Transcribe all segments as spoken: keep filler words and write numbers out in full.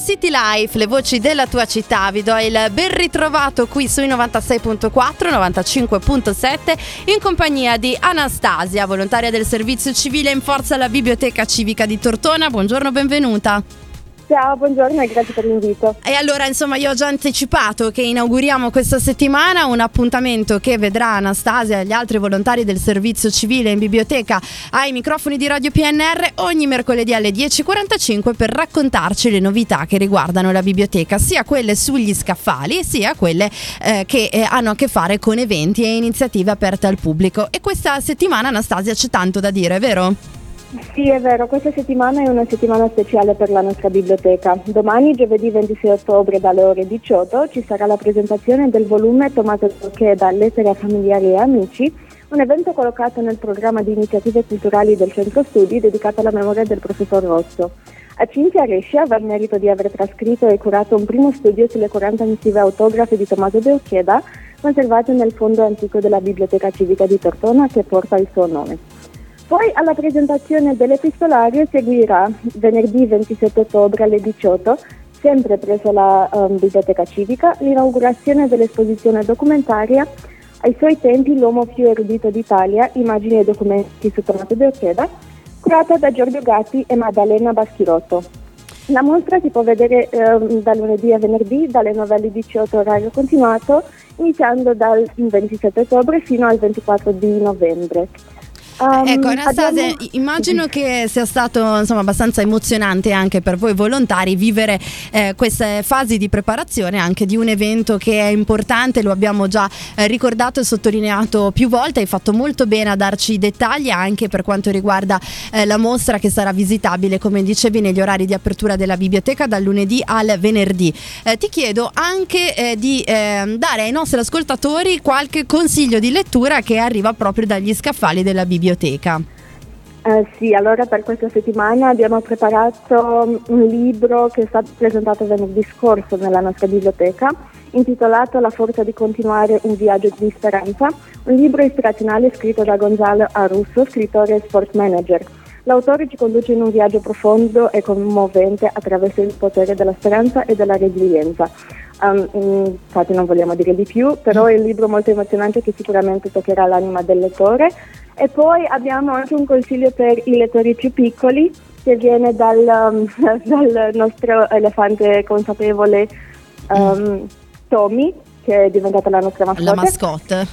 City Life, le voci della tua città, vi do il ben ritrovato qui sui novantasei virgola quattro, novantacinque virgola sette in compagnia di Anastasia, volontaria del servizio civile in forza alla Biblioteca Civica di Tortona. Buongiorno, benvenuta. Ciao, buongiorno e grazie per l'invito. E allora, insomma, io ho già anticipato che inauguriamo questa settimana un appuntamento che vedrà Anastasia e gli altri volontari del servizio civile in biblioteca ai microfoni di Radio P N R ogni mercoledì alle dieci e quarantacinque per raccontarci le novità che riguardano la biblioteca, sia quelle sugli scaffali sia quelle eh, che eh, hanno a che fare con eventi e iniziative aperte al pubblico. E questa settimana, Anastasia, c'è tanto da dire, vero? Sì, è vero, questa settimana è una settimana speciale per la nostra biblioteca. Domani, giovedì ventisei ottobre, dalle ore diciotto, ci sarà la presentazione del volume Tommaso de Oqueda, Lettere a familiari e amici, un evento collocato nel programma di iniziative culturali del Centro Studi dedicato alla memoria del professor Rosso. A Cinzia Rescia va il merito di aver trascritto e curato un primo studio sulle quaranta missive autografe di Tommaso de Oqueda, conservate nel fondo antico della Biblioteca Civica di Tortona, che porta il suo nome. Poi alla presentazione dell'epistolario seguirà venerdì ventisette ottobre alle diciotto, sempre presso la um, Biblioteca Civica, l'inaugurazione dell'esposizione documentaria Ai suoi tempi l'uomo più erudito d'Italia, immagini e documenti su Tommaso de Oqueda, curata da Giorgio Gatti e Maddalena Baschirotto. La mostra si può vedere um, da lunedì a venerdì dalle nove alle diciotto orario continuato, iniziando dal ventisette ottobre fino al ventiquattro di novembre. Um, ecco Anastasia, abbiamo... immagino che sia stato insomma abbastanza emozionante anche per voi volontari vivere eh, queste fasi di preparazione anche di un evento che è importante, lo abbiamo già eh, ricordato e sottolineato più volte. Hai fatto molto bene a darci i dettagli anche per quanto riguarda eh, la mostra, che sarà visitabile, come dicevi, negli orari di apertura della biblioteca dal lunedì al venerdì. Eh, ti chiedo anche eh, di eh, dare ai nostri ascoltatori qualche consiglio di lettura che arriva proprio dagli scaffali della biblioteca. Uh, sì, allora per questa settimana abbiamo preparato un libro che è stato presentato venerdì scorso nella nostra biblioteca, intitolato La forza di continuare, un viaggio di speranza, un libro ispirazionale scritto da Gonzalo Arusso, scrittore e sport manager. L'autore ci conduce in un viaggio profondo e commovente attraverso il potere della speranza e della resilienza. Um, infatti non vogliamo dire di più, però è un libro molto emozionante che sicuramente toccherà l'anima del lettore. E poi abbiamo anche un consiglio per i lettori più piccoli che viene dal, um, dal nostro elefante consapevole um, Tommy, che è diventata la nostra mascotte. La mascotte.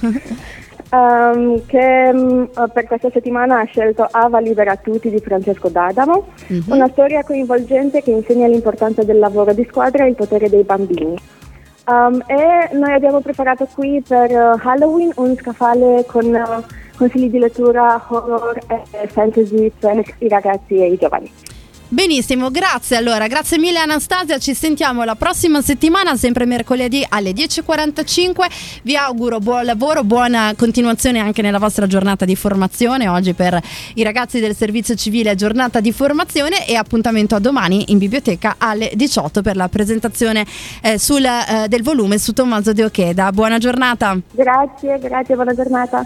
Um, che um, per questa settimana ha scelto Ava libera tutti di Francesco D'Adamo, mm-hmm. una storia coinvolgente che insegna l'importanza del lavoro di squadra e il potere dei bambini. Um, e noi abbiamo preparato qui per uh, Halloween un scaffale con uh, consigli di lettura horror e fantasy per i ragazzi e i giovani. Benissimo, grazie. Allora, grazie mille Anastasia, ci sentiamo la prossima settimana, sempre mercoledì alle dieci e quarantacinque. Vi auguro buon lavoro, buona continuazione anche nella vostra giornata di formazione. Oggi per i ragazzi del servizio civile giornata di formazione, e appuntamento a domani in biblioteca alle diciotto per la presentazione eh, sul, eh, del volume su Tommaso de Oqueda. Buona giornata. Grazie, grazie, buona giornata.